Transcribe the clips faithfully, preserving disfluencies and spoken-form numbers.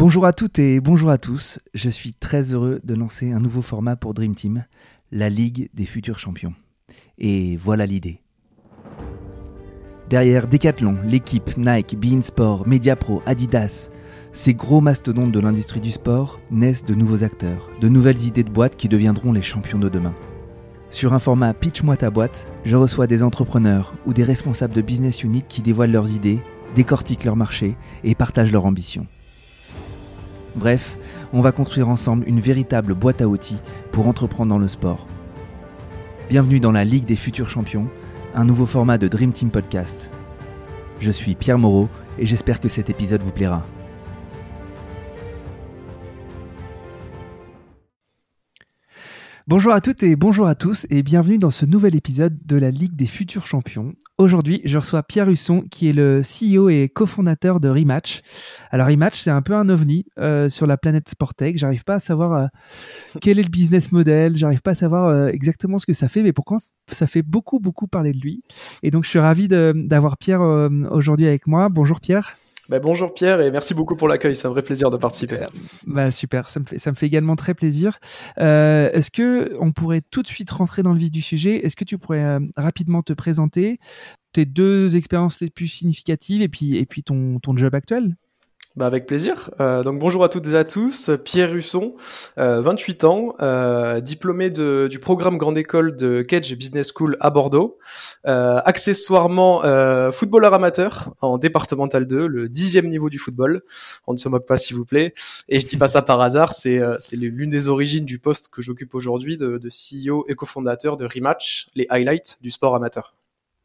Bonjour à toutes et bonjour à tous, je suis très heureux de lancer un nouveau format pour Dream Team, la Ligue des futurs champions. Et voilà l'idée. Derrière Decathlon, l'équipe, Nike, beIN Sport, Mediapro, Adidas, ces gros mastodontes de l'industrie du sport naissent de nouveaux acteurs, de nouvelles idées de boîtes qui deviendront les champions de demain. Sur un format Pitch-moi ta boîte, je reçois des entrepreneurs ou des responsables de business unit qui dévoilent leurs idées, décortiquent leur marché et partagent leurs ambitions. Bref, on va construire ensemble une véritable boîte à outils pour entreprendre dans le sport. Bienvenue dans la Ligue des futurs champions, un nouveau format de Dream Team Podcast. Je suis Pierre Moreau et j'espère que cet épisode vous plaira. Bonjour à toutes et bonjour à tous et bienvenue dans ce nouvel épisode de la Ligue des futurs champions. Aujourd'hui, je reçois Pierre Husson qui est le C E O et cofondateur de Rematch. Alors Rematch, c'est un peu un ovni euh, sur la planète Sportech. J'arrive pas à savoir euh, quel est le business model, j'arrive pas à savoir euh, exactement ce que ça fait, mais pourtant ça fait beaucoup beaucoup parler de lui. Et donc je suis ravi de, d'avoir Pierre euh, aujourd'hui avec moi. Bonjour Pierre. Bah bonjour Pierre et merci beaucoup pour l'accueil, c'est un vrai plaisir de participer. Euh, bah super, ça me fait, ça me fait également très plaisir. Euh, est-ce que on pourrait tout de suite rentrer dans le vif du sujet ? Est-ce que tu pourrais euh, rapidement te présenter tes deux expériences les plus significatives et puis, et puis ton, ton job actuel ? Bah avec plaisir. Euh, donc bonjour à toutes et à tous. Pierre Husson, euh, vingt-huit ans, euh, diplômé de, du programme Grande École de Kedge Business School à Bordeaux. Euh, accessoirement euh, footballeur amateur en départemental deux, le dixième niveau du football. On ne se moque pas s'il vous plaît. Et je dis pas ça par hasard, c'est, euh, c'est l'une des origines du poste que j'occupe aujourd'hui de, de C E O et cofondateur de Rematch, les highlights du sport amateur.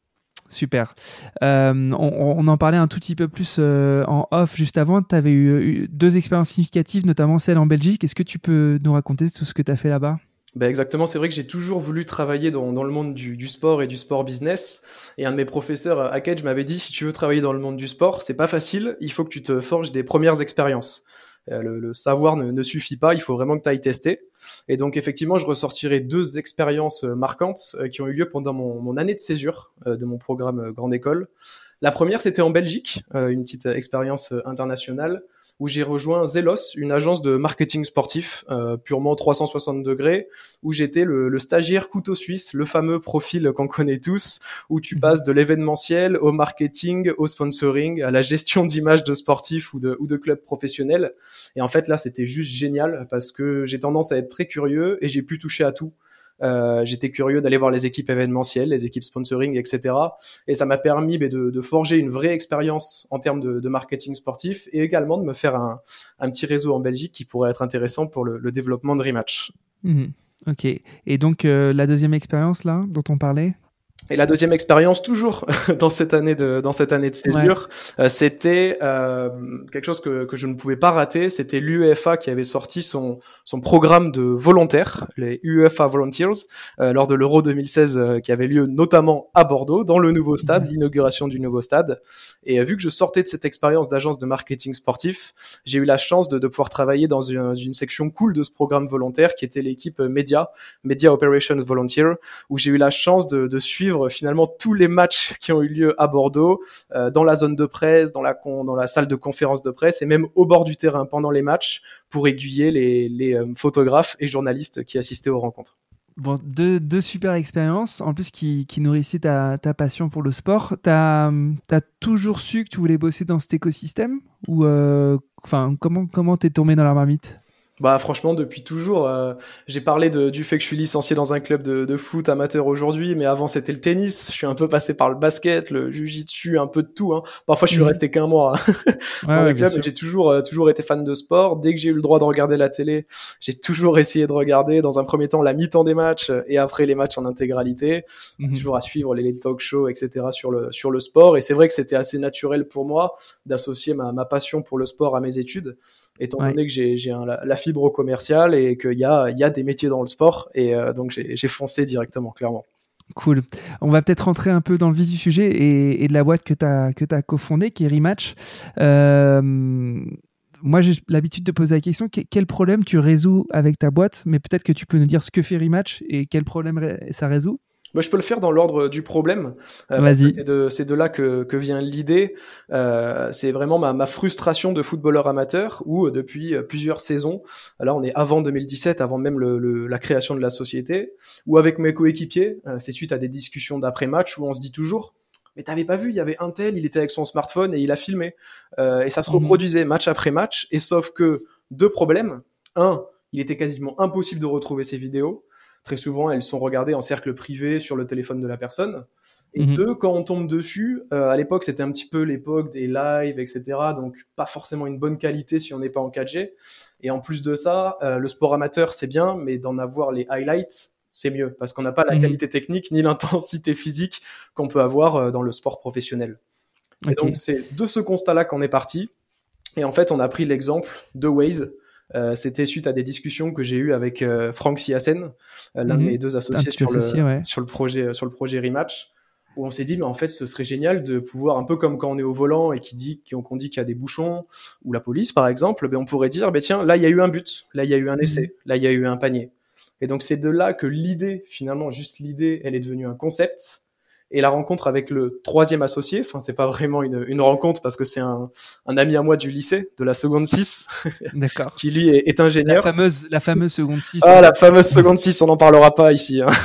Super. Euh, on, on en parlait un tout petit peu plus euh, en off juste avant. Tu avais eu, eu deux expériences significatives, notamment celle en Belgique. Est-ce que tu peux nous raconter tout ce que tu as fait là-bas ? Ben exactement, c'est vrai que j'ai toujours voulu travailler dans, dans le monde du, du sport et du sport business. Et un de mes professeurs à Kedge m'avait dit, si tu veux travailler dans le monde du sport, c'est pas facile, il faut que tu te forges des premières expériences. Euh, le, le savoir ne, ne suffit pas, il faut vraiment que tu ailles tester. Et donc effectivement, je ressortirai deux expériences marquantes euh, qui ont eu lieu pendant mon, mon année de césure euh, de mon programme euh, Grande École. La première, c'était en Belgique, euh, une petite expérience euh, internationale où j'ai rejoint Zelos, une agence de marketing sportif euh, purement trois cent soixante degrés, où j'étais le, le stagiaire couteau suisse, le fameux profil qu'on connaît tous, où tu passes de l'événementiel au marketing, au sponsoring, à la gestion d'images de sportifs ou de, ou de clubs professionnels. Et en fait, là, c'était juste génial parce que j'ai tendance à être très curieux et j'ai pu toucher à tout. Euh, j'étais curieux d'aller voir les équipes événementielles, les équipes sponsoring, et cetera. Et ça m'a permis bah, de, de forger une vraie expérience en termes de, de marketing sportif et également de me faire un, un petit réseau en Belgique qui pourrait être intéressant pour le, le développement de Rematch. Mmh. Ok. Et donc, euh, la deuxième expérience là, dont on parlait ? Et la deuxième expérience, toujours dans cette année de dans cette année de césure, ouais. euh, c'était euh, quelque chose que que je ne pouvais pas rater. C'était l'U E F A qui avait sorti son son programme de volontaires, les U E F A Volunteers, euh, lors de l'Euro deux mille seize euh, qui avait lieu notamment à Bordeaux, dans le nouveau stade, mmh. l'inauguration du nouveau stade. Et euh, vu que je sortais de cette expérience d'agence de marketing sportif, j'ai eu la chance de de pouvoir travailler dans une, une section cool de ce programme volontaire qui était l'équipe Media, Media Operations Volunteer, où j'ai eu la chance de de suivre finalement tous les matchs qui ont eu lieu à Bordeaux, euh, dans la zone de presse, dans la con, dans la salle de conférence de presse et même au bord du terrain pendant les matchs pour aiguiller les, les euh, photographes et journalistes qui assistaient aux rencontres. Bon, deux, deux super expériences, en plus qui, qui nourrissaient ta, ta passion pour le sport. T'as, t'as toujours su que tu voulais bosser dans cet écosystème ? Ou euh, comment, comment t'es tombé dans la marmite ? Bah franchement depuis toujours euh, j'ai parlé de, du fait que je suis licencié dans un club de, de foot amateur aujourd'hui, mais avant c'était le tennis, je suis un peu passé par le basket, le jiu-jitsu, un peu de tout hein. Parfois je suis mmh. resté qu'un mois hein, dans ouais, les clubs, mais j'ai toujours euh, toujours été fan de sport. Dès que j'ai eu le droit de regarder la télé, j'ai toujours essayé de regarder dans un premier temps la mi-temps des matchs et après les matchs en intégralité, mmh. toujours à suivre les, les talk shows et cetera sur le sur le sport. Et c'est vrai que c'était assez naturel pour moi d'associer ma ma passion pour le sport à mes études, étant ouais. donné que j'ai j'ai un, la, la fibre commerciale et qu'il y a, il y a des métiers dans le sport et euh, donc j'ai, j'ai foncé directement, clairement. Cool. On va peut-être rentrer un peu dans le vif du sujet et, et de la boîte que tu as que tu as cofondée, qui est Rematch. Euh, moi, j'ai l'habitude de poser la question, quel problème tu résous avec ta boîte, mais peut-être que tu peux nous dire ce que fait Rematch et quel problème ça résout. Moi, je peux le faire dans l'ordre du problème. Euh, Vas-y. c'est de, c'est de là que, que vient l'idée. Euh, c'est vraiment ma, ma frustration de footballeur amateur où, euh, depuis plusieurs saisons, là, on est avant deux mille dix-sept, avant même le, le, la création de la société, ou avec mes coéquipiers, euh, c'est suite à des discussions d'après-match où on se dit toujours, mais t'avais pas vu, il y avait un tel, il était avec son smartphone et il a filmé. Euh, et ça se reproduisait match après match. Et sauf que, deux problèmes. Un, il était quasiment impossible de retrouver ces vidéos. Très souvent, elles sont regardées en cercle privé sur le téléphone de la personne. Et mmh. deux, quand on tombe dessus, euh, à l'époque, c'était un petit peu l'époque des lives, et cetera. Donc, pas forcément une bonne qualité si on n'est pas en quatre G. Et en plus de ça, euh, le sport amateur, c'est bien, mais d'en avoir les highlights, c'est mieux. Parce qu'on n'a pas la mmh. qualité technique ni l'intensité physique qu'on peut avoir euh, dans le sport professionnel. Okay. Et donc, c'est de ce constat-là qu'on est parti. Et en fait, on a pris l'exemple de Waze. Euh, c'était suite à des discussions que j'ai eues avec euh, Franck Siassen, euh, l'un mmh. de mes deux associés sur, associé, le, ouais. sur, le projet, sur le projet Rematch, où on s'est dit, mais en fait, ce serait génial de pouvoir, un peu comme quand on est au volant et qu'on dit, qu'on dit qu'il y a des bouchons, ou la police, par exemple, ben on pourrait dire, ben tiens, là, il y a eu un but, là, il y a eu un essai, mmh. là, il y a eu un panier. Et donc, c'est de là que l'idée, finalement, juste l'idée, elle est devenue un concept. Et la rencontre avec le troisième associé, enfin c'est pas vraiment une, une rencontre parce que c'est un, un ami à moi du lycée, de la seconde six, d'accord, qui lui est, est ingénieur. La fameuse, la fameuse seconde six. Ah, la fameuse seconde six, on n'en parlera pas ici. Hein.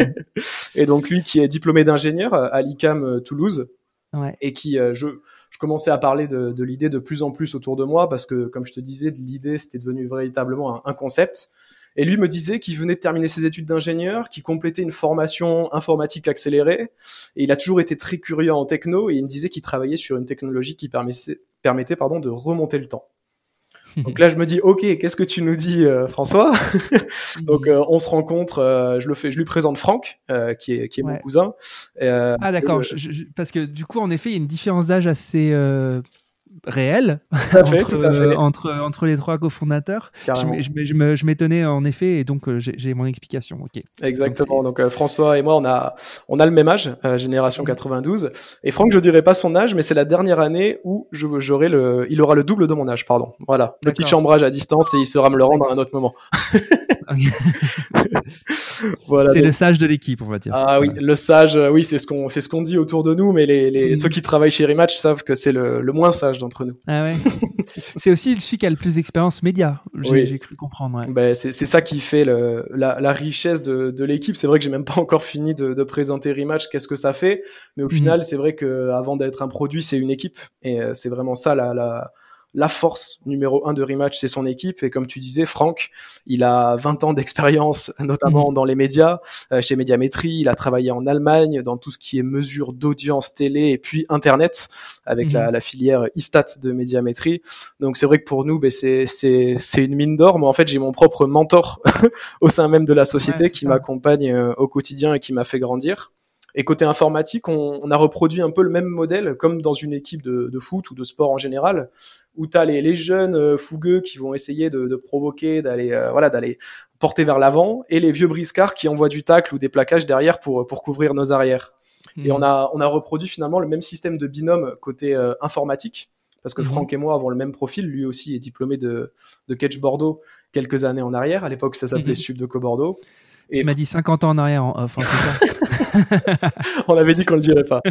Et donc lui qui est diplômé d'ingénieur à l'I C A M Toulouse, ouais. et qui, euh, je, je commençais à parler de, de l'idée de plus en plus autour de moi parce que, comme je te disais, de l'idée c'était devenu véritablement un, un concept. Et lui me disait qu'il venait de terminer ses études d'ingénieur, qu'il complétait une formation informatique accélérée, et il a toujours été très curieux en techno, et il me disait qu'il travaillait sur une technologie qui permettait, permettait pardon, de remonter le temps. Donc là, je me dis, ok, qu'est-ce que tu nous dis, euh, François? Donc euh, on se rencontre, euh, je le fais, je lui présente Franck, euh, qui est qui est ouais. mon cousin. Euh, ah d'accord, euh, je, je, parce que du coup, en effet, il y a une différence d'âge assez euh... réel fait, entre, entre, entre les trois cofondateurs. Je, je, je, me, je m'étonnais en effet et donc euh, j'ai, j'ai mon explication. Okay. Exactement. Donc, donc euh, François et moi, on a, on a le même âge, euh, génération quatre-vingt-douze. Et Franck, je dirais pas son âge, mais c'est la dernière année où je, j'aurai le, il aura le double de mon âge, pardon. Voilà. D'accord. Petit chambrage à distance et il saura me le rendre à un autre moment. Voilà, c'est donc... le sage de l'équipe, on va dire. Ah oui, voilà. Le sage, oui, c'est ce qu'on, c'est ce qu'on dit autour de nous, mais les, les, mmh. ceux qui travaillent chez Rematch savent que c'est le, le moins sage d'entre nous. Ah ouais. C'est aussi celui qui a le plus d'expérience média, j'ai, oui. j'ai cru comprendre. Ouais. Ben, c'est, c'est ça qui fait le, la, la richesse de, de l'équipe. C'est vrai que j'ai même pas encore fini de, de présenter Rematch, qu'est-ce que ça fait, mais au mmh. final, c'est vrai que avant d'être un produit, c'est une équipe, et c'est vraiment ça la, la La force numéro un de Rematch, c'est son équipe. Et comme tu disais, Franck, il a vingt ans d'expérience, notamment mmh. dans les médias, euh, chez Médiamétrie. Il a travaillé en Allemagne dans tout ce qui est mesure d'audience télé et puis Internet avec mmh. la, la filière Istat de Médiamétrie. Donc c'est vrai que pour nous, ben, c'est, c'est, c'est une mine d'or. Moi, en fait, j'ai mon propre mentor au sein même de la société ouais, qui ça. m'accompagne euh, au quotidien et qui m'a fait grandir. Et côté informatique, on, on a reproduit un peu le même modèle, comme dans une équipe de, de foot ou de sport en général, où t'as les, les jeunes euh, fougueux qui vont essayer de, de provoquer, d'aller, euh, voilà, d'aller porter vers l'avant, et les vieux briscards qui envoient du tacle ou des plaquages derrière pour pour couvrir nos arrières. Mmh. Et on a on a reproduit finalement le même système de binôme côté euh, informatique, parce que mmh. Franck et moi avons le même profil. Lui aussi est diplômé de de Ketch Bordeaux quelques années en arrière. À l'époque, ça s'appelait mmh. Subdeco Bordeaux. Et tu m'as dit cinquante ans en arrière, en off, en on avait dit qu'on le dirait pas.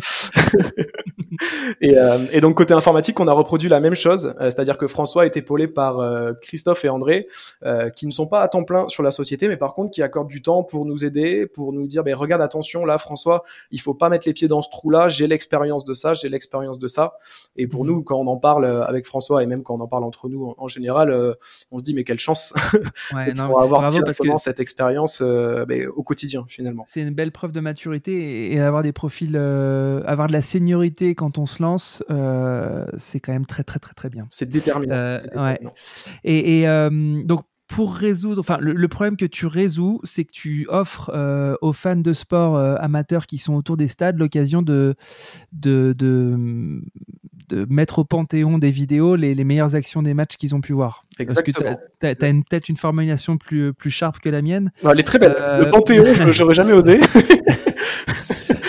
et, euh, et donc côté informatique, on a reproduit la même chose, euh, c'est-à-dire que François est épaulé par euh, Christophe et André, euh, qui ne sont pas à temps plein sur la société, mais par contre qui accordent du temps pour nous aider, pour nous dire, ben regarde, attention, là, François, il faut pas mettre les pieds dans ce trou-là. J'ai l'expérience de ça, j'ai l'expérience de ça. Et pour mmh. nous, quand on en parle avec François et même quand on en parle entre nous en, en général, euh, on se dit mais quelle chance ouais, de non, pouvoir avoir bravo, directement parce que cette expérience euh, ben, au quotidien finalement. C'est une belle preuve de maturité et avoir des profils, euh, avoir de la seniorité quand on se lance, euh, c'est quand même très très très très bien. C'est déterminant. Euh, c'est déterminant. Ouais. Et, et euh, donc pour résoudre, enfin le, le problème que tu résous, c'est que tu offres euh, aux fans de sport euh, amateurs qui sont autour des stades l'occasion de de, de de mettre au panthéon des vidéos les, les meilleures actions des matchs qu'ils ont pu voir. Exactement. Parce que tu as, as une, peut-être une formulation plus, plus sharp que la mienne. Non, elle est très belle. Euh... Le panthéon, je n'aurais jamais osé.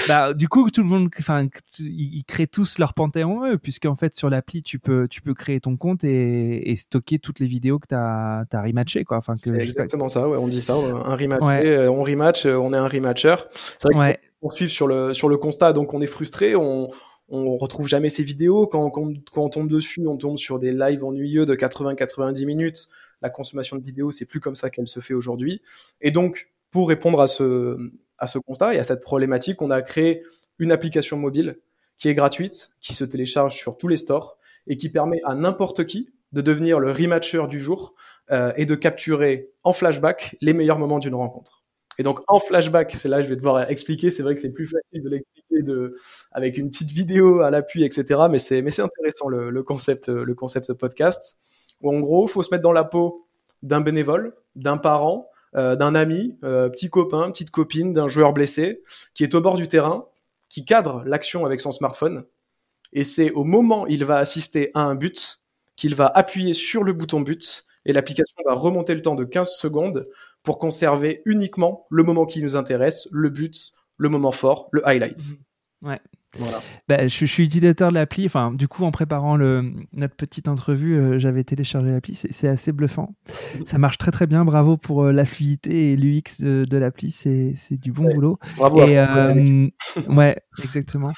Bah, du coup, tout le monde, enfin, ils, ils créent tous leur panthéon eux, puisqu'en fait, sur l'appli, tu peux, tu peux créer ton compte et, et stocker toutes les vidéos que t'as, t'as rematché, quoi. Enfin, que, c'est je sais pas. exactement ça, ouais, on dit ça, un rematch, Ouais. on rematch, on est un rematcher. C'est vrai Ouais. qu'on poursuit sur le, sur le constat, donc on est frustré, on, on retrouve jamais ces vidéos. Quand, quand, quand on tombe dessus, on tombe sur des lives ennuyeux de quatre-vingts à quatre-vingt-dix minutes. La consommation de vidéos, c'est plus comme ça qu'elle se fait aujourd'hui. Et donc, pour répondre à ce, à ce constat et à cette problématique, on a créé une application mobile qui est gratuite, qui se télécharge sur tous les stores et qui permet à n'importe qui de devenir le rematcher du jour euh, et de capturer en flashback les meilleurs moments d'une rencontre. Et donc en flashback, c'est là que je vais devoir expliquer. C'est vrai que c'est plus facile de l'expliquer de, avec une petite vidéo à l'appui, et cetera. Mais c'est, mais c'est intéressant le, le concept, le concept podcast. Où en gros, il faut se mettre dans la peau d'un bénévole, d'un parent, euh, d'un ami, euh, petit copain, petite copine, d'un joueur blessé qui est au bord du terrain, qui cadre l'action avec son smartphone. Et c'est au moment où il va assister à un but qu'il va appuyer sur le bouton but et l'application va remonter le temps de quinze secondes pour conserver uniquement le moment qui nous intéresse, le but, le moment fort, le highlight. Ouais. Voilà. Bah, je, je suis utilisateur de l'appli. Enfin, du coup, en préparant le, notre petite entrevue, euh, j'avais téléchargé l'appli. C'est, c'est assez bluffant. Ça marche très très bien. Bravo pour euh, la fluidité et l'U X de, de l'appli. C'est, c'est du bon Ouais. boulot. Bravo et, à euh, ouais, exactement.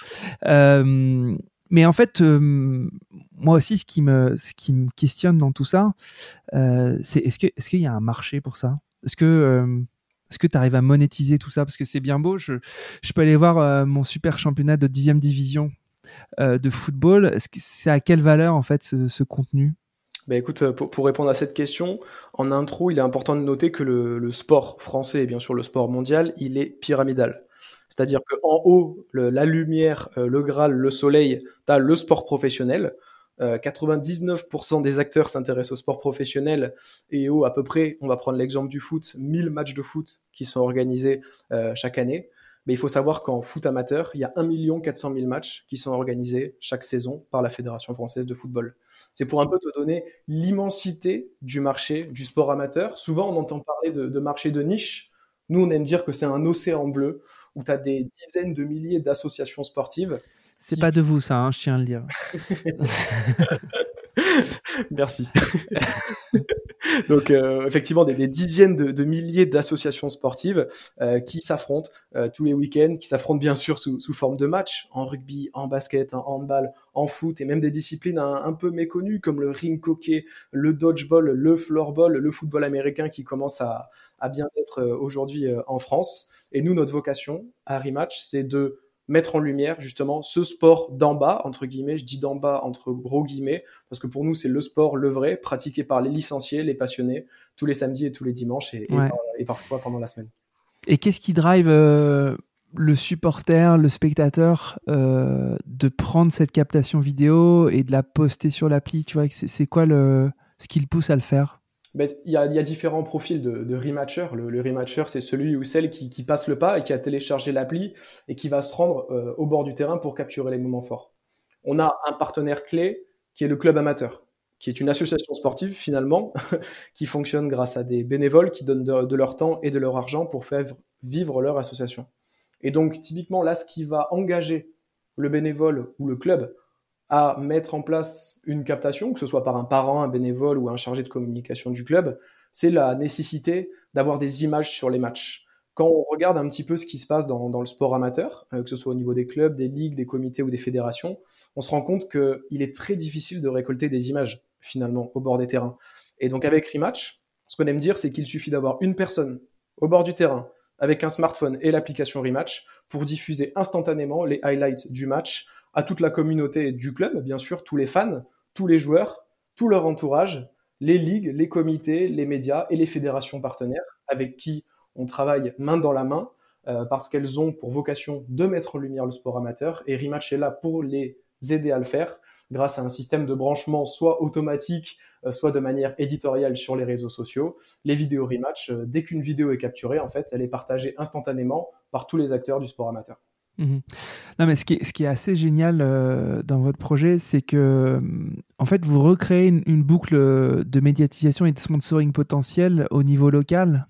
Euh, mais en fait, euh, moi aussi, ce qui me, ce qui me questionne dans tout ça, euh, c'est est-ce que, est-ce qu'il y a un marché pour ça? Est-ce que euh, Est-ce que tu arrives à monétiser tout ça? Parce que c'est bien beau, je, je peux aller voir euh, mon super championnat de dixième division euh, de football. Est-ce que c'est à quelle valeur en fait ce, ce contenu? Bah écoute, pour, pour répondre à cette question, en intro, il est important de noter que le, le sport français et bien sûr le sport mondial, il est pyramidal. C'est-à-dire qu'en haut, le, la lumière, euh, le Graal, le soleil, tu as le sport professionnel. Euh, quatre-vingt-dix-neuf pour cent des acteurs s'intéressent au sport professionnel et au à peu près, on va prendre l'exemple du foot, mille matchs de foot qui sont organisés euh, chaque année. Mais il faut savoir qu'en foot amateur, il y a un million quatre cent mille matchs qui sont organisés chaque saison par la Fédération française de football. C'est pour un peu te donner l'immensité du marché du sport amateur. Souvent, on entend parler de, de marché de niche. Nous, on aime dire que c'est un océan bleu où tu as des dizaines de milliers d'associations sportives. C'est pas de vous ça, hein, je tiens à le dire. Merci. Donc euh, effectivement des, des dizaines de, de milliers d'associations sportives euh, qui s'affrontent euh, tous les week-ends, qui s'affrontent bien sûr sous, sous forme de matchs, en rugby, en basket, en handball, en foot et même des disciplines un, un peu méconnues comme le ring hockey, le dodgeball, le floorball, le football américain qui commence à, à bien être euh, aujourd'hui euh, en France. Et nous, notre vocation à Rematch, c'est de mettre en lumière justement ce sport d'en bas, entre guillemets, je dis d'en bas entre gros guillemets, parce que pour nous c'est le sport, le vrai, pratiqué par les licenciés, les passionnés, tous les samedis et tous les dimanches, et, ouais. et, et parfois pendant la semaine. Et qu'est-ce qui drive euh, le supporter, le spectateur, euh, de prendre cette captation vidéo et de la poster sur l'appli, tu vois, c'est, c'est quoi le, ce qui le pousse à le faire? Ben, il y a, il y a différents profils de, de rematcher. Le, le rematcher, c'est celui ou celle qui, qui passe le pas et qui a téléchargé l'appli et qui va se rendre euh, au bord du terrain pour capturer les moments forts. On a un partenaire clé qui est le club amateur, qui est une association sportive finalement, qui fonctionne grâce à des bénévoles qui donnent de, de leur temps et de leur argent pour faire vivre leur association. Et donc typiquement là, ce qui va engager le bénévole ou le club à mettre en place une captation, que ce soit par un parent, un bénévole ou un chargé de communication du club, c'est la nécessité d'avoir des images sur les matchs. Quand on regarde un petit peu ce qui se passe dans, dans le sport amateur, euh, que ce soit au niveau des clubs, des ligues, des comités ou des fédérations, on se rend compte qu'il est très difficile de récolter des images, finalement, au bord des terrains. Et donc avec Rematch, ce qu'on aime dire, c'est qu'il suffit d'avoir une personne au bord du terrain, avec un smartphone et l'application Rematch, pour diffuser instantanément les highlights du match à toute la communauté du club, bien sûr, tous les fans, tous les joueurs, tout leur entourage, les ligues, les comités, les médias et les fédérations partenaires avec qui on travaille main dans la main euh, parce qu'elles ont pour vocation de mettre en lumière le sport amateur et Rematch est là pour les aider à le faire grâce à un système de branchement soit automatique, euh, soit de manière éditoriale sur les réseaux sociaux. Les vidéos Rematch, euh, dès qu'une vidéo est capturée, en fait, elle est partagée instantanément par tous les acteurs du sport amateur. Mmh. Non, mais ce qui est, ce qui est assez génial euh, dans votre projet, c'est que euh, en fait, vous recréez une, une boucle de médiatisation et de sponsoring potentiel au niveau local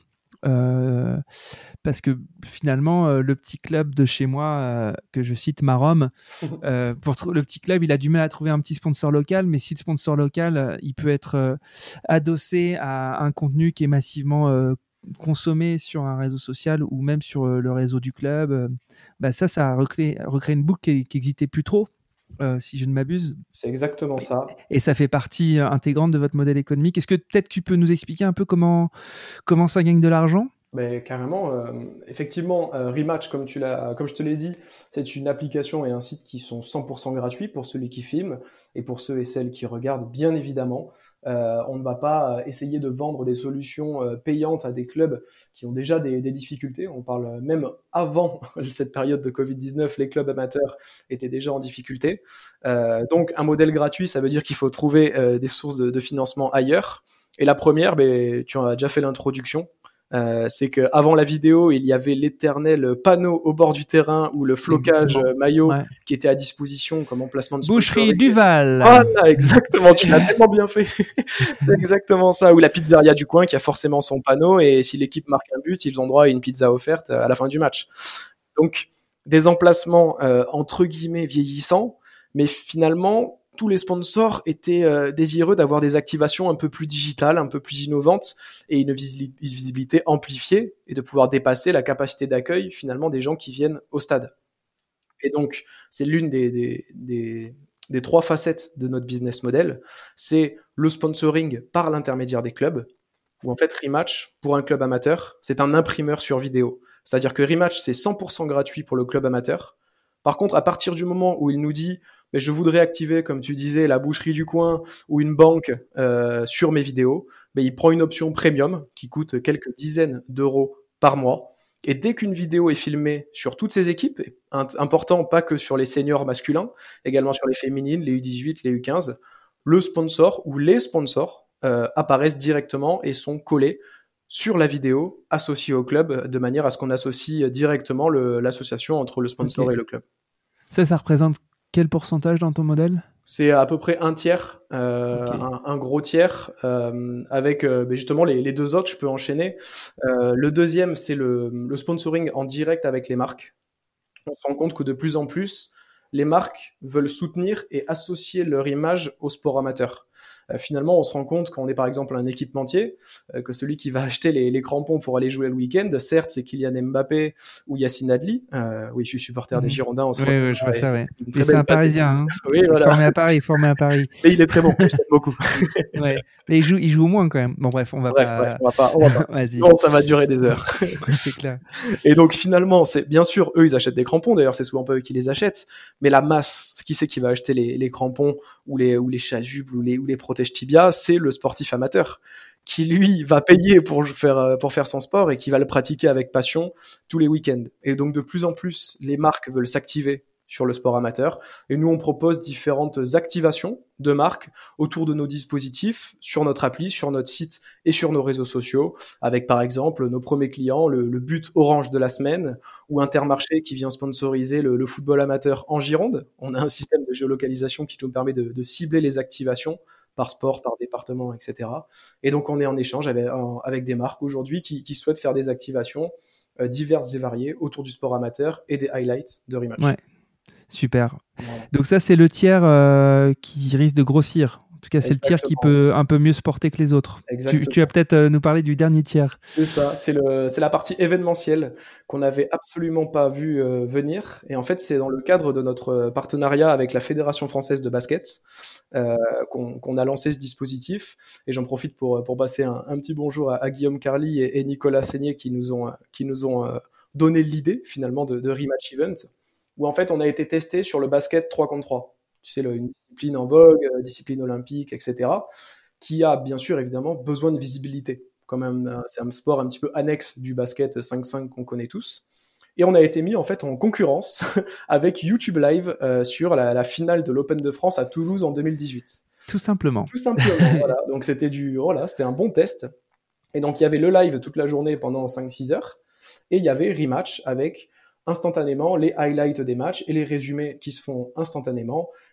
euh, parce que finalement, euh, le petit club de chez moi, euh, que je cite Marom, euh, pour tr- le petit club, il a du mal à trouver un petit sponsor local, mais si le sponsor local, euh, il peut être euh, adossé à un contenu qui est massivement euh, consommé sur un réseau social ou même sur euh, le réseau du club, euh, bah ça, ça a recréé, recréé une boucle qui n'existait plus trop. Euh, si je ne m'abuse. C'est exactement ça. Et ça fait partie euh, intégrante de votre modèle économique. Est-ce que peut-être tu peux nous expliquer un peu comment, comment ça gagne de l'argent ? Mais carrément, euh, effectivement, euh, Rematch, comme tu l'as, comme je te l'ai dit, c'est une application et un site qui sont cent pour cent gratuits pour celui qui filme et pour ceux et celles qui regardent, bien évidemment. Euh, on ne va pas essayer de vendre des solutions euh, payantes à des clubs qui ont déjà des, des difficultés. On parle même avant cette période de covid dix-neuf, les clubs amateurs étaient déjà en difficulté. Euh, donc, un modèle gratuit, ça veut dire qu'il faut trouver euh, des sources de, de financement ailleurs. Et la première, ben, tu en as déjà fait l'introduction. Euh, c'est qu'avant la vidéo, il y avait l'éternel panneau au bord du terrain ou le flocage euh, maillot Ouais. qui était à disposition comme emplacement de Boucherie sponsoring. Duval. Voilà, exactement, tu l'as tellement bien fait. C'est exactement ça. Ou la pizzeria du coin qui a forcément son panneau et si l'équipe marque un but, ils ont droit à une pizza offerte à la fin du match. Donc, des emplacements euh, entre guillemets vieillissants, mais finalement, tous les sponsors étaient euh, désireux d'avoir des activations un peu plus digitales, un peu plus innovantes et une visi- visibilité amplifiée et de pouvoir dépasser la capacité d'accueil finalement des gens qui viennent au stade. Et donc, c'est l'une des, des, des, des trois facettes de notre business model. C'est le sponsoring par l'intermédiaire des clubs, où en fait Rematch, pour un club amateur, c'est un imprimeur sur vidéo. C'est-à-dire que Rematch, c'est cent pour cent gratuit pour le club amateur. Par contre, à partir du moment où il nous dit mais je voudrais activer, comme tu disais, la boucherie du coin ou une banque euh, sur mes vidéos, mais il prend une option premium qui coûte quelques dizaines d'euros par mois. Et dès qu'une vidéo est filmée sur toutes ces équipes, important pas que sur les seniors masculins, également sur les féminines, les U dix-huit, les U quinze, le sponsor ou les sponsors euh, apparaissent directement et sont collés sur la vidéo associée au club de manière à ce qu'on associe directement le, l'association entre le sponsor Okay. et le club. Ça, ça représente quel pourcentage dans ton modèle ? C'est à peu près un tiers, euh, okay. un, un gros tiers, euh, avec euh, justement les, les deux autres, je peux enchaîner. Euh, le deuxième, c'est le, le sponsoring en direct avec les marques. On se rend compte que de plus en plus, les marques veulent soutenir et associer leur image au sport amateur. Euh, finalement, on se rend compte quand on est par exemple un équipementier, euh, que celui qui va acheter les, les crampons pour aller jouer le week-end, certes, c'est Kylian Mbappé ou Yacine Adli. Euh, oui, je suis supporter mmh. des Girondins en ce moment. Oui, oui, je vois ça, ouais. Et c'est un Parisien, hein. Oui, voilà. Formé à Paris, formé à Paris. Mais il est très bon, je l'aime beaucoup. Ouais. Mais il joue, il joue au moins quand même. Bon, bref, on va bref, pas. Bref, on va pas. On va pas. Vas-y. Sinon, ça va durer des heures. C'est clair. Et donc, finalement, c'est bien sûr, eux, ils achètent des crampons. D'ailleurs, c'est souvent pas eux qui les achètent. Mais la masse, qui c'est qui va acheter les, les crampons ou les, ou les chasubles ou les, ou les protèges tibia, c'est le sportif amateur qui, lui, va payer pour faire, pour faire son sport et qui va le pratiquer avec passion tous les week-ends. Et donc, de plus en plus, les marques veulent s'activer sur le sport amateur. Et nous, on propose différentes activations de marques autour de nos dispositifs, sur notre appli, sur notre site et sur nos réseaux sociaux, avec par exemple nos premiers clients, le, le but orange de la semaine, ou Intermarché qui vient sponsoriser le, le football amateur en Gironde. On a un système de géolocalisation qui nous permet de, de cibler les activations par sport, par département, et cetera. Et donc, on est en échange avec, en, avec des marques aujourd'hui qui, qui souhaitent faire des activations euh, diverses et variées autour du sport amateur et des highlights de Rematch. Ouais. Super. Voilà. Donc ça, c'est le tiers euh, qui risque de grossir. En tout cas, c'est Exactement. Le tiers qui peut un peu mieux se porter que les autres. Tu, tu vas peut-être euh, nous parler du dernier tiers. C'est ça, c'est, le, c'est la partie événementielle qu'on n'avait absolument pas vu euh, venir. Et en fait, c'est dans le cadre de notre partenariat avec la Fédération française de basket euh, qu'on, qu'on a lancé ce dispositif. Et j'en profite pour, pour passer un, un petit bonjour à, à Guillaume Carly et, et Nicolas Seigné qui nous ont, qui nous ont euh, donné l'idée finalement de, de Rematch Event, où en fait on a été testé sur le basket trois contre trois. Tu sais, le, une discipline en vogue, euh, discipline olympique, et cetera, qui a bien sûr évidemment besoin de visibilité. Quand même, euh, c'est un sport un petit peu annexe du basket cinq cinq qu'on connaît tous. Et on a été mis en fait en concurrence avec YouTube Live euh, sur la, la finale de l'Open de France à Toulouse en deux mille dix-huit. Tout simplement. Tout simplement, voilà. Donc c'était du, voilà, c'était un bon test. Et donc il y avait le live toute la journée pendant cinq six heures. Et il y avait Rematch avec instantanément les highlights des matchs et les résumés qui se font instantanément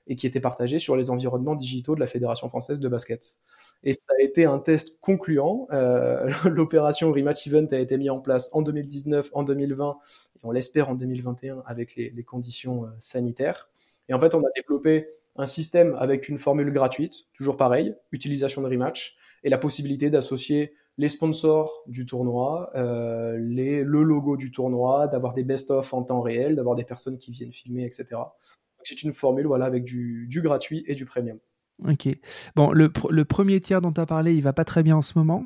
et qui était partagé sur les environnements digitaux de la Fédération française de basket. Et ça a été un test concluant. Euh, l'opération Rematch Event a été mise en place en deux mille dix-neuf, en deux mille vingt, et on l'espère en deux mille vingt et un avec les, les conditions euh, sanitaires. Et en fait, on a développé un système avec une formule gratuite, toujours pareil, utilisation de Rematch, et la possibilité d'associer les sponsors du tournoi, euh, les, le logo du tournoi, d'avoir des best-of en temps réel, d'avoir des personnes qui viennent filmer, et cetera. Donc c'est une formule voilà, avec du, du gratuit et du premium. Ok. Bon, le, pr- le premier tiers dont tu as parlé, il va pas très bien en ce moment.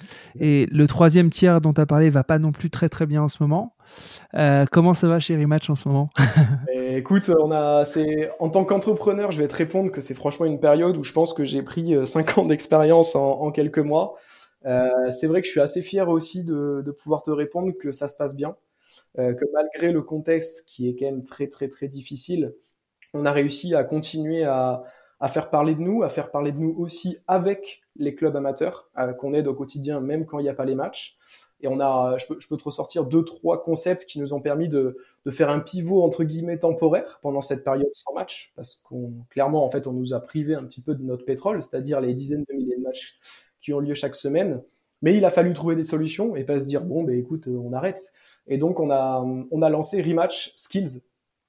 Et le troisième tiers dont tu as parlé va pas non plus très très bien en ce moment. Euh, comment ça va chez Rematch en ce moment? Et écoute, on a, c'est, en tant qu'entrepreneur, je vais te répondre que c'est franchement une période où je pense que j'ai pris euh, cinq ans d'expérience en, en quelques mois. Euh, c'est vrai que je suis assez fier aussi de, de pouvoir te répondre que ça se passe bien, euh, que malgré le contexte qui est quand même très très très difficile, on a réussi à continuer à, à faire parler de nous, à faire parler de nous aussi avec les clubs amateurs euh, qu'on aide au quotidien, même quand il n'y a pas les matchs. Et on a, je peux, je peux te ressortir deux, trois concepts qui nous ont permis de, de faire un pivot entre guillemets temporaire pendant cette période sans match, parce qu'on clairement en fait on nous a privé un petit peu de notre pétrole, c'est-à-dire les dizaines de milliers de matchs qui ont lieu chaque semaine. Mais il a fallu trouver des solutions et pas se dire bon ben écoute on arrête. Et donc on a on a lancé Rematch Skills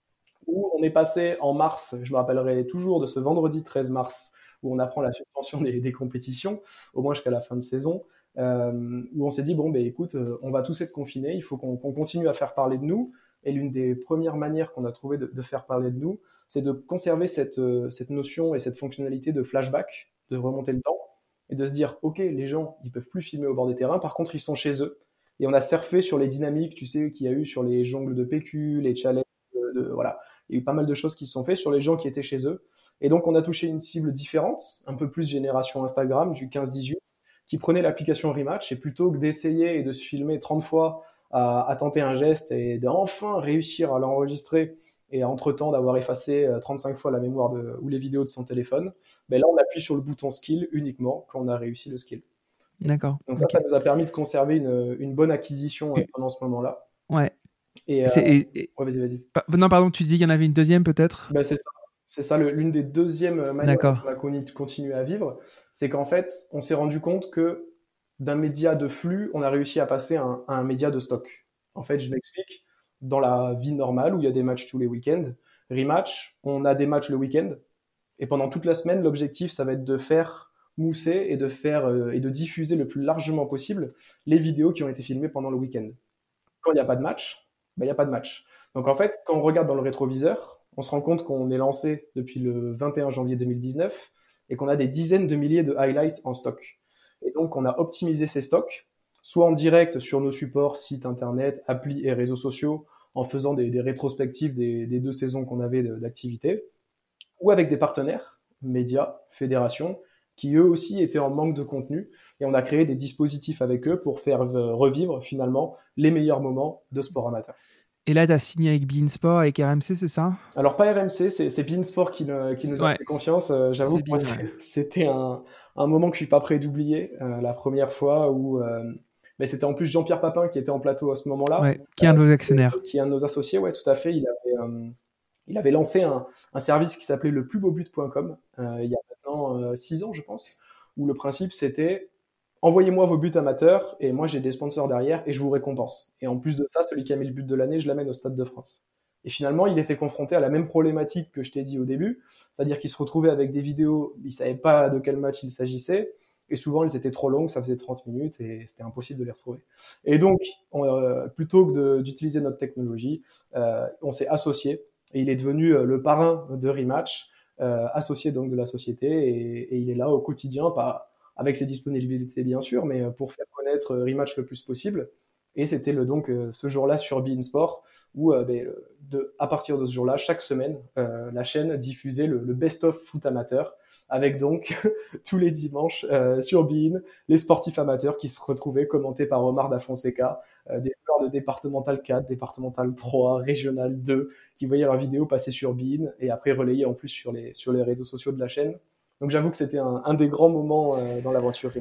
où on est passé en mars, je me rappellerai toujours de ce vendredi treize mars, où on apprend la suspension des, des compétitions, au moins jusqu'à la fin de saison, euh, où on s'est dit, bon, ben écoute, euh, on va tous être confinés, il faut qu'on qu'on continue à faire parler de nous. Et l'une des premières manières qu'on a trouvé de, de faire parler de nous, c'est de conserver cette, euh, cette notion et cette fonctionnalité de flashback, de remonter le temps, et de se dire, ok, les gens, ils peuvent plus filmer au bord des terrains, par contre, ils sont chez eux. Et on a surfé sur les dynamiques, tu sais, qu'il y a eu sur les jongles de P Q, les challenges, de, de- voilà. Il y a eu pas mal de choses qui se sont faites sur les gens qui étaient chez eux. Et donc, on a touché une cible différente, un peu plus génération Instagram, du quinze dix-huit, qui prenait l'application Rematch et plutôt que d'essayer et de se filmer trente fois à, à tenter un geste et d'enfin réussir à l'enregistrer et entre-temps d'avoir effacé euh, trente-cinq fois la mémoire de, ou les vidéos de son téléphone, ben là, on appuie sur le bouton skill uniquement quand on a réussi le skill. D'accord. Donc ça, Ok. ça nous a permis de conserver une, une bonne acquisition euh, pendant ce moment-là. Ouais. Et, euh, C'est, et- et- ouais, vas-y, vas-y. pa- non, pardon, tu dis qu'il y en avait une deuxième peut-être? Ben, c'est ça. C'est ça, le- l'une des deuxièmes manières dont D'accord. on a connu- continué à vivre, c'est qu'en fait, on s'est rendu compte que d'un média de flux, on a réussi à passer à un, à un média de stock. En fait, je m'explique. Dans la vie normale, où il y a des matchs tous les week-ends, rematch, on a des matchs le week-end, et pendant toute la semaine, l'objectif, ça va être de faire mousser et de faire euh, et de diffuser le plus largement possible les vidéos qui ont été filmées pendant le week-end. Quand il n'y a pas de match, ben, il n'y a pas de match. Donc en fait, quand on regarde dans le rétroviseur, on se rend compte qu'on est lancé depuis le vingt et un janvier deux mille dix-neuf et qu'on a des dizaines de milliers de highlights en stock. Et donc on a optimisé ces stocks, soit en direct sur nos supports, sites internet, applis et réseaux sociaux, en faisant des, des rétrospectives des, des deux saisons qu'on avait de- d'activité, ou avec des partenaires, médias, fédérations, qui eux aussi étaient en manque de contenu. Et on a créé des dispositifs avec eux pour faire euh, revivre finalement les meilleurs moments de sport amateur. Et là, tu as signé avec beIN Sport, avec R M C, c'est ça? Alors pas R M C, c'est, c'est beIN Sport qui, ne- qui C'est- nous a Ouais, fait confiance. Euh, j'avoue c'est que moi, beIN, ouais. c'est- c'était un, un moment que je suis pas prêt d'oublier. Euh, la première fois où... euh, mais c'était en plus Jean-Pierre Papin qui était en plateau à ce moment-là, Ouais, qui est un de vos actionnaires. qui est un de nos associés, ouais, tout à fait. Il avait, euh, il avait lancé un, un service qui s'appelait le plus beau but point com euh, il y a maintenant euh, six ans, je pense, où le principe c'était envoyez-moi vos buts amateurs et moi j'ai des sponsors derrière et je vous récompense. Et en plus de ça, celui qui a mis le but de l'année, je l'amène au Stade de France. Et finalement, il était confronté à la même problématique que je t'ai dit au début, c'est-à-dire qu'il se retrouvait avec des vidéos, il savait pas de quel match il s'agissait, et souvent elles étaient trop longues, ça faisait trente minutes et c'était impossible de les retrouver. Et donc, on, euh, plutôt que de- d'utiliser notre technologie, euh, on s'est associé et il est devenu euh, le parrain de Rematch, euh, associé donc de la société, et, et il est là au quotidien, pas avec ses disponibilités bien sûr, mais euh, pour faire connaître euh, Rematch le plus possible. Et c'était le, donc euh, ce jour-là sur beIN Sport où euh, ben, euh, de, à partir de ce jour-là, chaque semaine, euh, la chaîne diffusait le, le best-of foot amateur avec donc tous les dimanches euh, sur beIN les sportifs amateurs qui se retrouvaient commentés par Omar Da Fonseca, euh, des joueurs de départemental quatre, départemental trois, régional deux, qui voyaient leurs vidéos passer sur beIN et après relayées en plus sur les, sur les réseaux sociaux de la chaîne. Donc j'avoue que c'était un, un des grands moments euh, dans l'aventure Rematch.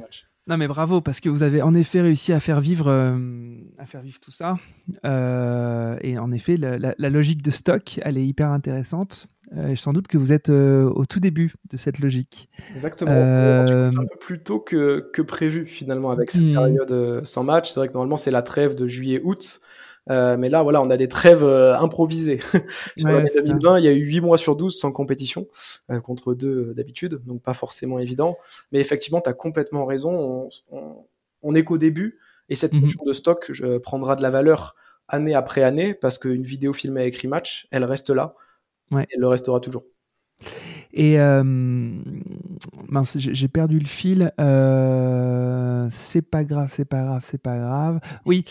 Non mais bravo, parce que vous avez en effet réussi à faire vivre, euh, à faire vivre tout ça. Euh, et en effet, la, la, la logique de stock, elle est hyper intéressante. Euh, sans doute que vous êtes euh, au tout début de cette logique. Exactement, on s'est rendu Euh, compte un peu plus tôt que, que prévu finalement avec cette hmm, période euh, sans match. C'est vrai que normalement c'est la trêve de juillet-août, euh, mais là voilà, on a des trêves euh, improvisées. Sur ouais, l'année c'est ça. deux mille vingt, il y a eu huit mois sur douze sans compétition, euh, contre deux euh, d'habitude, donc pas forcément évident. Mais effectivement, tu as complètement raison, on, on, on est qu'au début, et cette Mhm. notion de stock euh, prendra de la valeur année après année, parce qu'une vidéo filmée avec Rematch, elle reste là, Ouais. et elle le restera toujours. Et euh, mince, j'ai j'ai perdu le fil. Euh, c'est pas grave, c'est pas grave, c'est pas grave. Oui.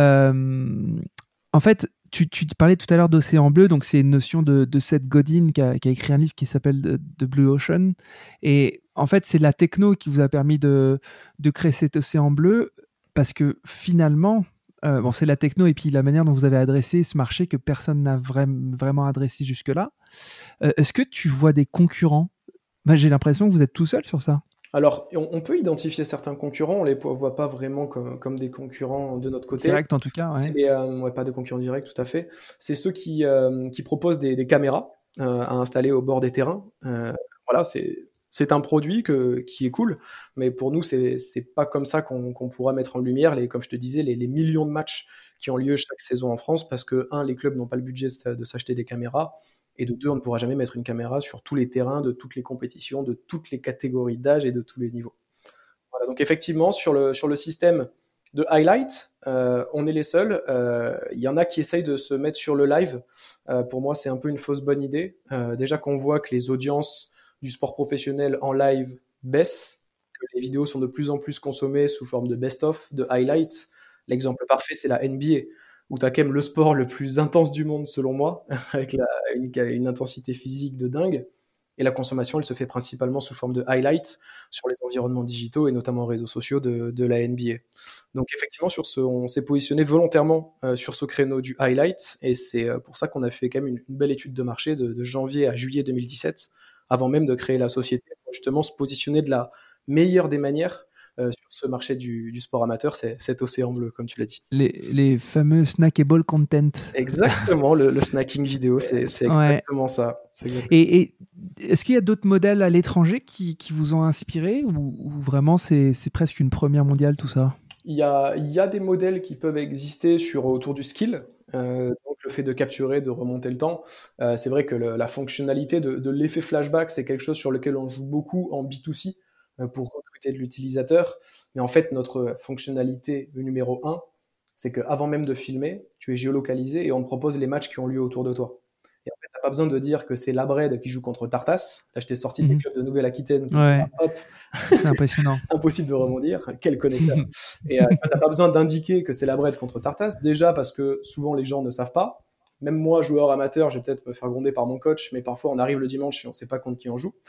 euh, en fait, tu, tu parlais tout à l'heure d'Océan Bleu, donc c'est une notion de, de Seth Godin qui a, qui a écrit un livre qui s'appelle The The Blue Ocean. Et en fait, c'est la techno qui vous a permis de, de créer cet océan bleu parce que finalement, euh, bon, c'est la techno et puis la manière dont vous avez adressé ce marché que personne n'a vraim- vraiment adressé jusque-là. Euh, Est-ce que tu vois des concurrents? Bah, j'ai l'impression que vous êtes tout seul sur ça. Alors, on, on peut identifier certains concurrents, on les po- voit pas vraiment comme, comme des concurrents de notre côté. Direct en tout cas, C'est ouais. les, euh, ouais, pas de concurrents directs, tout à fait. C'est ceux qui, euh, qui proposent des, des caméras euh, à installer au bord des terrains. Euh, voilà, c'est c'est un produit que, qui est cool, mais pour nous, c'est c'est pas comme ça qu'on qu'on pourra mettre en lumière, les, comme je te disais, les, les millions de matchs qui ont lieu chaque saison en France, parce que, un, les clubs n'ont pas le budget de s'acheter des caméras, et de deux, on ne pourra jamais mettre une caméra sur tous les terrains, de toutes les compétitions, de toutes les catégories d'âge et de tous les niveaux. Voilà, donc effectivement, sur le, sur le système de highlight, euh, on est les seuls. Euh, Il y en a qui essayent de se mettre sur le live. Euh, pour moi, c'est un peu une fausse bonne idée. Euh, déjà qu'on voit que les audiences du sport professionnel en live baissent, que les vidéos sont de plus en plus consommées sous forme de best-of, de highlight. L'exemple parfait, c'est la N B A, où tu as quand même le sport le plus intense du monde, selon moi, avec la- une, une intensité physique de dingue. Et la consommation, elle se fait principalement sous forme de highlights sur les environnements digitaux et notamment réseaux sociaux de, de la N B A. Donc effectivement, sur ce, on s'est positionné volontairement euh, sur ce créneau du highlight, et c'est euh, pour ça qu'on a fait quand même une, une belle étude de marché de, de janvier à juillet deux mille dix-sept, avant même de créer la société, pour justement se positionner de la meilleure des manières euh, sur ce marché du, du sport amateur, c'est cet océan bleu, comme tu l'as dit. Les, les fameux snackable content. Exactement, le, le snacking vidéo, c'est c'est Ouais. exactement ça. C'est exactement. Et, et est-ce qu'il y a d'autres modèles à l'étranger qui, qui vous ont inspiré ou, ou vraiment c'est c'est presque une première mondiale tout ça? Il y a, il y a des modèles qui peuvent exister sur, autour du skill, euh, donc le fait de capturer, de remonter le temps. Euh, c'est vrai que le- la fonctionnalité de, de l'effet flashback, c'est quelque chose sur lequel on joue beaucoup en B deux C euh, pour recruter de l'utilisateur. Mais en fait, notre fonctionnalité numéro un, c'est qu'avant même de filmer, tu es géolocalisé et on te propose les matchs qui ont lieu autour de toi. Et en fait, t'as pas besoin de dire que c'est Labred qui joue contre Tartas. Là, je t'ai sorti des Mhm. clubs de Nouvelle-Aquitaine comme ça, Ouais, hop, c'est impressionnant. impossible de rebondir. Quel connaisseur. Et euh, tu n'as pas besoin d'indiquer que c'est la Brette contre Tartas, déjà parce que souvent les gens ne savent pas. Même moi, joueur amateur, je vais peut-être me faire gronder par mon coach, mais parfois on arrive le dimanche et on ne sait pas contre qui on joue.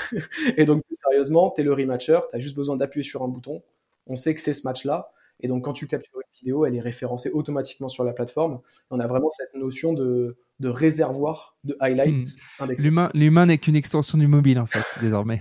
Et donc, plus sérieusement, tu es le rematcher, tu as juste besoin d'appuyer sur un bouton, on sait que c'est ce match-là, et donc quand tu captures une vidéo, elle est référencée automatiquement sur la plateforme. On a vraiment cette notion de, de réservoir de Hmm. highlights indexés. L'humain, l'humain n'est qu'une extension du mobile en fait, désormais.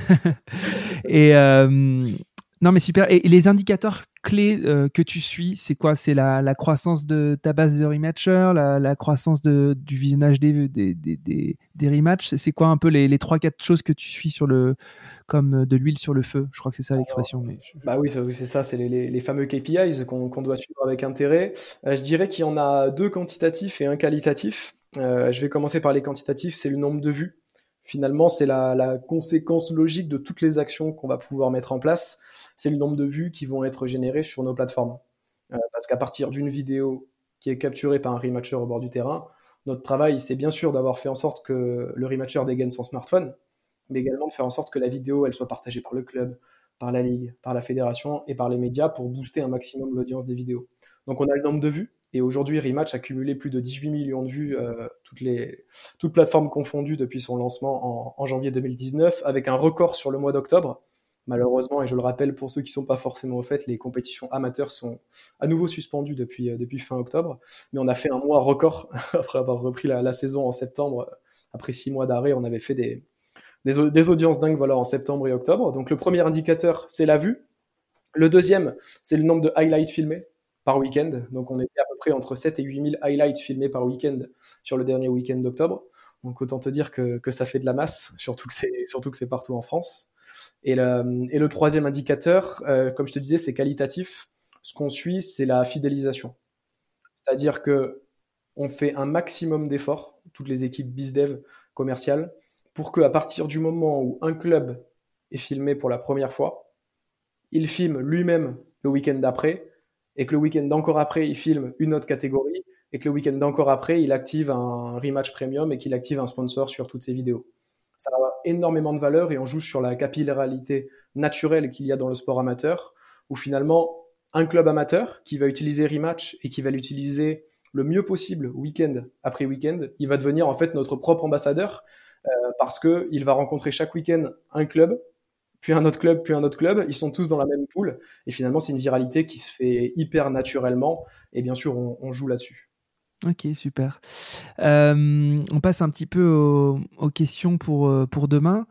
Et euh, non mais super. Et, et les indicateurs clés euh, que tu suis, c'est quoi? C'est la, la croissance de ta base de rematchers, la, la croissance de, du visionnage des, des, des, des, des rematchs. C'est quoi un peu les, les trois quatre choses que tu suis sur le, comme de l'huile sur le feu? Je crois que c'est ça l'expression. Mais je- Bah oui, ça- oui, c'est ça, c'est les, les- les fameux K P Is qu'on qu'on doit suivre avec intérêt. Euh, je dirais qu'il y en a deux quantitatifs et un qualitatif. Euh, je vais commencer par les quantitatifs, c'est le nombre de vues. Finalement, c'est la, la conséquence logique de toutes les actions qu'on va pouvoir mettre en place. C'est le nombre de vues qui vont être générées sur nos plateformes. Euh, parce qu'à partir d'une vidéo qui est capturée par un rematcher au bord du terrain, notre travail, c'est bien sûr d'avoir fait en sorte que le rematcher dégaine son smartphone, mais également de faire en sorte que la vidéo, elle soit partagée par le club, par la ligue, par la fédération et par les médias pour booster un maximum l'audience des vidéos. Donc on a le nombre de vues, et aujourd'hui Rematch a cumulé plus de dix-huit millions de vues, euh, toutes, les, toutes plateformes confondues depuis son lancement en, en janvier deux mille dix-neuf, avec un record sur le mois d'octobre. Malheureusement, et je le rappelle pour ceux qui ne sont pas forcément au fait, les compétitions amateurs sont à nouveau suspendues depuis, euh, depuis fin octobre, mais on a fait un mois record après avoir repris la, la saison en septembre. Après six mois d'arrêt, on avait fait des, des, des audiences dingues, voilà, en septembre et octobre. Donc le premier indicateur, c'est la vue. Le deuxième, c'est le nombre de highlights filmés par week-end. Donc, on était à peu près entre sept et huit mille highlights filmés par week-end sur le dernier week-end d'octobre. Donc, autant te dire que, que ça fait de la masse, surtout que c'est, surtout que c'est partout en France. Et le, et le troisième indicateur, euh, comme je te disais, c'est qualitatif. Ce qu'on suit, c'est la fidélisation. C'est-à-dire que on fait un maximum d'efforts, toutes les équipes BizDev commerciales, pour qu'à partir du moment où un club est filmé pour la première fois, il filme lui-même le week-end d'après, et que le week-end d'encore après, il filme une autre catégorie, et que le week-end d'encore après, il active un rematch premium et qu'il active un sponsor sur toutes ses vidéos. Ça a énormément de valeur et on joue sur la capillarité naturelle qu'il y a dans le sport amateur, où finalement, un club amateur qui va utiliser Rematch et qui va l'utiliser le mieux possible week-end après week-end, il va devenir en fait notre propre ambassadeur euh, parce qu'il va rencontrer chaque week-end un club, puis un autre club, puis un autre club. Ils sont tous dans la même poule et finalement, c'est une viralité qui se fait hyper naturellement et bien sûr, on, on joue là-dessus. Ok, super. Euh, on passe un petit peu aux, aux questions pour, pour demain.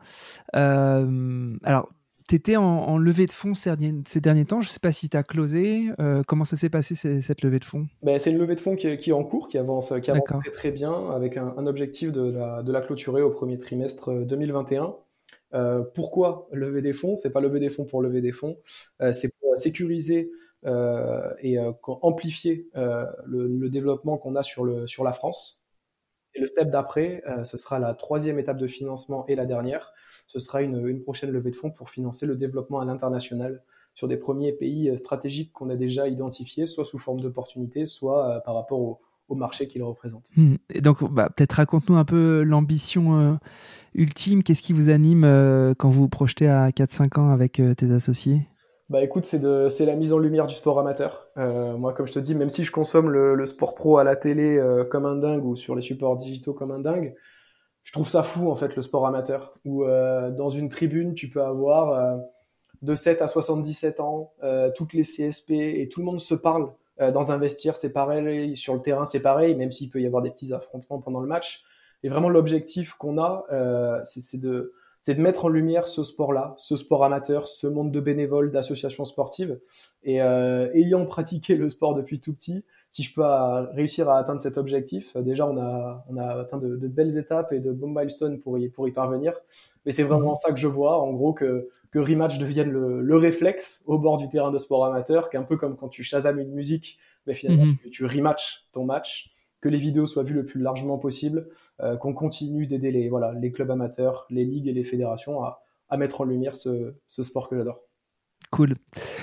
Euh, alors, tu étais en, en levée de fonds ces derniers, ces derniers temps. Je ne sais pas si tu as closé. Euh, comment ça s'est passé ces, cette levée de fonds? Ben, c'est une levée de fonds qui est, qui est en cours, qui avance, qui avance D'accord. très très bien avec un, un objectif de la, de la clôturer au premier trimestre deux mille vingt et un. Euh, pourquoi lever des fonds? C'est pas lever des fonds pour lever des fonds, euh, c'est pour sécuriser euh, et euh, amplifier euh, le, le développement qu'on a sur, le, sur la France. Et le step d'après, euh, ce sera la troisième étape de financement et la dernière. Ce sera une, une prochaine levée de fonds pour financer le développement à l'international sur des premiers pays euh, stratégiques qu'on a déjà identifiés, soit sous forme d'opportunités, soit euh, par rapport au, au marché qu'ils représentent. Hmm. Et donc, bah, peut-être raconte-nous un peu l'ambition euh, ultime. Qu'est-ce qui vous anime euh, quand vous vous projetez à quatre cinq ans avec euh, tes associés? Bah écoute, c'est de, c'est la mise en lumière du sport amateur. Euh, moi, comme je te dis, même si je consomme le, le sport pro à la télé euh, comme un dingue ou sur les supports digitaux comme un dingue, je trouve ça fou en fait le sport amateur. Où euh, dans une tribune, tu peux avoir euh, de sept à soixante-dix-sept ans, euh, toutes les C S P et tout le monde se parle. Euh, dans un vestiaire, c'est pareil, sur le terrain, c'est pareil, même s'il peut y avoir des petits affrontements pendant le match. Et vraiment, l'objectif qu'on a, euh, c'est, c'est de c'est de mettre en lumière ce sport-là, ce sport amateur, ce monde de bénévoles, d'associations sportives. Et euh, ayant pratiqué le sport depuis tout petit, si je peux à, réussir à atteindre cet objectif, euh, déjà on a, on a atteint de, de belles étapes et de bons milestones pour y, pour y parvenir. Mais c'est vraiment Mhm. ça que je vois, en gros, que, que Rematch devienne le, le réflexe au bord du terrain de sport amateur, qu'un peu comme quand tu Shazam une musique, mais finalement Mhm. tu, tu rematches ton match, que les vidéos soient vues le plus largement possible, euh, qu'on continue d'aider les, voilà, les clubs amateurs, les ligues et les fédérations à, à mettre en lumière ce, ce sport que j'adore. Cool.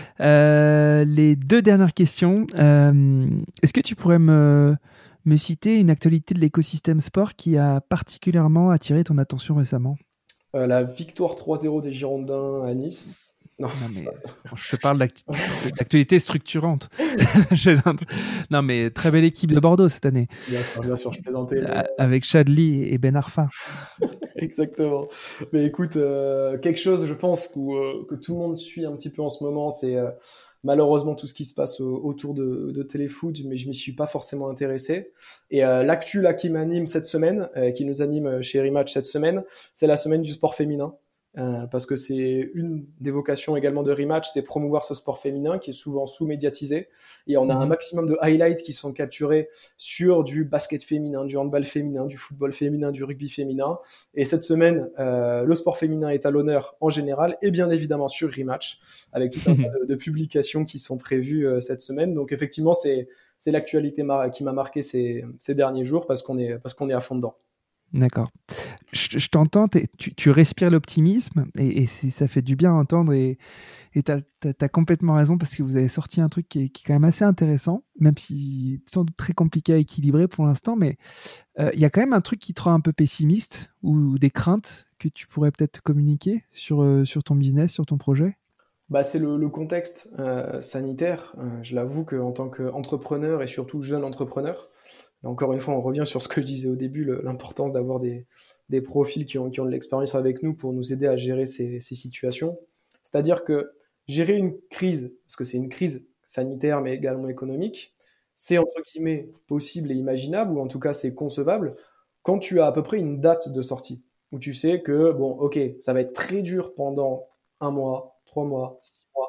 Euh, les deux dernières questions. Euh, est-ce que tu pourrais me, me citer une actualité de l'écosystème sport qui a particulièrement attiré ton attention récemment? Euh, la victoire trois zéro des Girondins à Nice. Non, Non, mais je parle d'actu- d'actualité structurante. Je- Non, mais très belle équipe de Bordeaux cette année, bien sûr, bien sûr, je plaisantais, mais A- avec Chadli et Ben Arfa. exactement. Mais écoute, euh, quelque chose, je pense, que, euh, que tout le monde suit un petit peu en ce moment, c'est euh, malheureusement tout ce qui se passe au- autour de, de Téléfoot, mais je m'y suis pas forcément intéressé. Et euh, l'actu là qui m'anime cette semaine, euh, qui nous anime chez Rematch cette semaine, c'est la semaine du sport féminin. Euh, parce que c'est une des vocations également de Rematch, c'est promouvoir ce sport féminin qui est souvent sous-médiatisé. Et on a un Mhm. maximum de highlights qui sont capturés sur du basket féminin, du handball féminin, du football féminin, du rugby féminin. Et cette semaine, euh, le sport féminin est à l'honneur en général et bien évidemment sur Rematch, avec tout un tas de, de publications qui sont prévues euh, cette semaine. Donc effectivement, c'est c'est l'actualité mar- qui m'a marqué ces, ces derniers jours parce qu'on est parce qu'on est à fond dedans. D'accord. Je, je t'entends, t'es- tu, tu respires l'optimisme et, et c'est- ça fait du bien à entendre et et tu as complètement raison parce que vous avez sorti un truc qui est, qui est quand même assez intéressant, même si sans doute très compliqué à équilibrer pour l'instant, mais euh, il y a quand même un truc qui te rend un peu pessimiste ou des craintes que tu pourrais peut-être communiquer sur, euh, sur ton business, sur ton projet. Bah, c'est le, le contexte euh, sanitaire. Euh, je l'avoue qu'en tant qu'entrepreneur et surtout jeune entrepreneur, et encore une fois, on revient sur ce que je disais au début, le- l'importance d'avoir des, des profils qui ont, qui ont de l'expérience avec nous pour nous aider à gérer ces, ces situations. C'est-à-dire que gérer une crise, parce que c'est une crise sanitaire mais également économique, c'est entre guillemets possible et imaginable, ou en tout cas c'est concevable, quand tu as à peu près une date de sortie, où tu sais que, bon, ok, ça va être très dur pendant un mois, trois mois, six mois,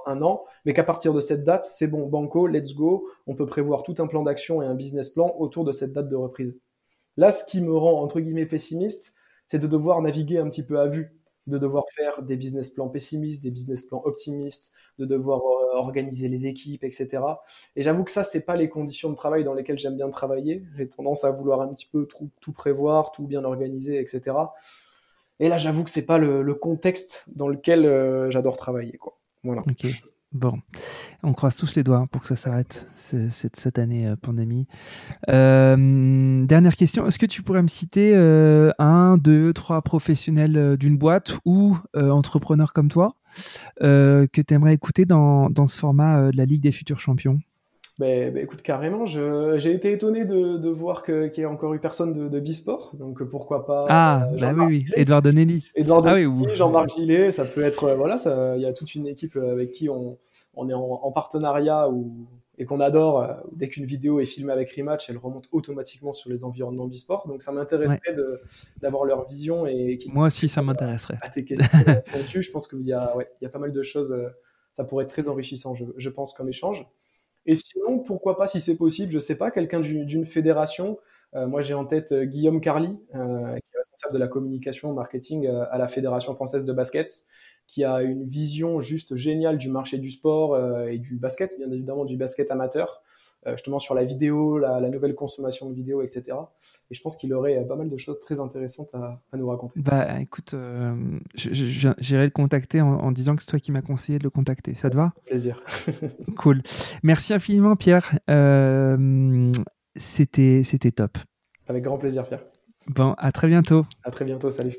un an, mais qu'à partir de cette date, c'est bon, banco, let's go, on peut prévoir tout un plan d'action et un business plan autour de cette date de reprise. Là, ce qui me rend, entre guillemets, pessimiste, c'est de devoir naviguer un petit peu à vue, de devoir faire des business plans pessimistes, des business plans optimistes, de devoir euh, organiser les équipes, et cetera. Et j'avoue que ça, c'est pas les conditions de travail dans lesquelles j'aime bien travailler. J'ai tendance à vouloir un petit peu tout, tout prévoir, tout bien organiser, et cetera. Et là, j'avoue que c'est pas le, le contexte dans lequel euh, j'adore travailler, quoi. Voilà. Ok. Bon, on croise tous les doigts pour que ça s'arrête, cette, cette année euh, pandémie. Euh, dernière question, est-ce que tu pourrais me citer euh, un, deux, trois professionnels euh, d'une boîte ou euh, entrepreneurs comme toi euh, que tu aimerais écouter dans, dans ce format euh, de la Ligue des futurs champions? Ben, ben écoute, carrément, je, j'ai été étonné de, de voir que, qu'il y ait encore eu personne de, de Bisport, donc euh, pourquoi pas Ah, euh, bah Jean-Marc oui, oui, Gillet. Edouard Donnelly. Edouard Ah oui, Donnelly, ou... Jean-Marc Gillet, ça peut être, euh, voilà, ça, il y a toute une équipe euh, avec qui on, on est en, en partenariat ou, et qu'on adore. euh, Dès qu'une vidéo est filmée avec Rematch, elle remonte automatiquement sur les environnements Bisport, donc ça m'intéresserait Ouais. de, d'avoir leur vision et qu'ils Moi aussi, ça m'intéresserait. à tes questions euh, pointues. Je pense qu'il y a, ouais, il y a pas mal de choses, euh, ça pourrait être très enrichissant, je, je pense, comme échange. Et sinon, pourquoi pas, si c'est possible, je sais pas, quelqu'un d'une, d'une fédération. Euh, moi, j'ai en tête euh, Guillaume Carly, euh, qui est responsable de la communication marketing euh, à la Fédération française de basket, qui a une vision juste géniale du marché du sport euh, et du basket, bien évidemment du basket amateur, euh, justement sur la vidéo, la, la nouvelle consommation de vidéos, et cetera. Et je pense qu'il aurait euh, pas mal de choses très intéressantes à, à nous raconter. Bah écoute, euh, je- je- j'irai le contacter en, en disant que c'est toi qui m'as conseillé de le contacter. Ça te va? Plaisir. Cool. Merci infiniment, Pierre. Euh, c'était, c'était top. Avec grand plaisir, Pierre. Bon, à très bientôt. À très bientôt, salut.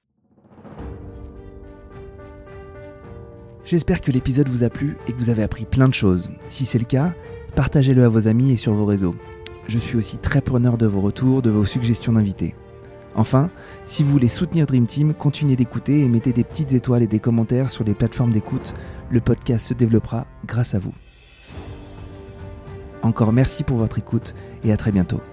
J'espère que l'épisode vous a plu et que vous avez appris plein de choses. Si c'est le cas, partagez-le à vos amis et sur vos réseaux. Je suis aussi très preneur de vos retours, de vos suggestions d'invités. Enfin, si vous voulez soutenir Dream Team, continuez d'écouter et mettez des petites étoiles et des commentaires sur les plateformes d'écoute. Le podcast se développera grâce à vous. Encore merci pour votre écoute et à très bientôt.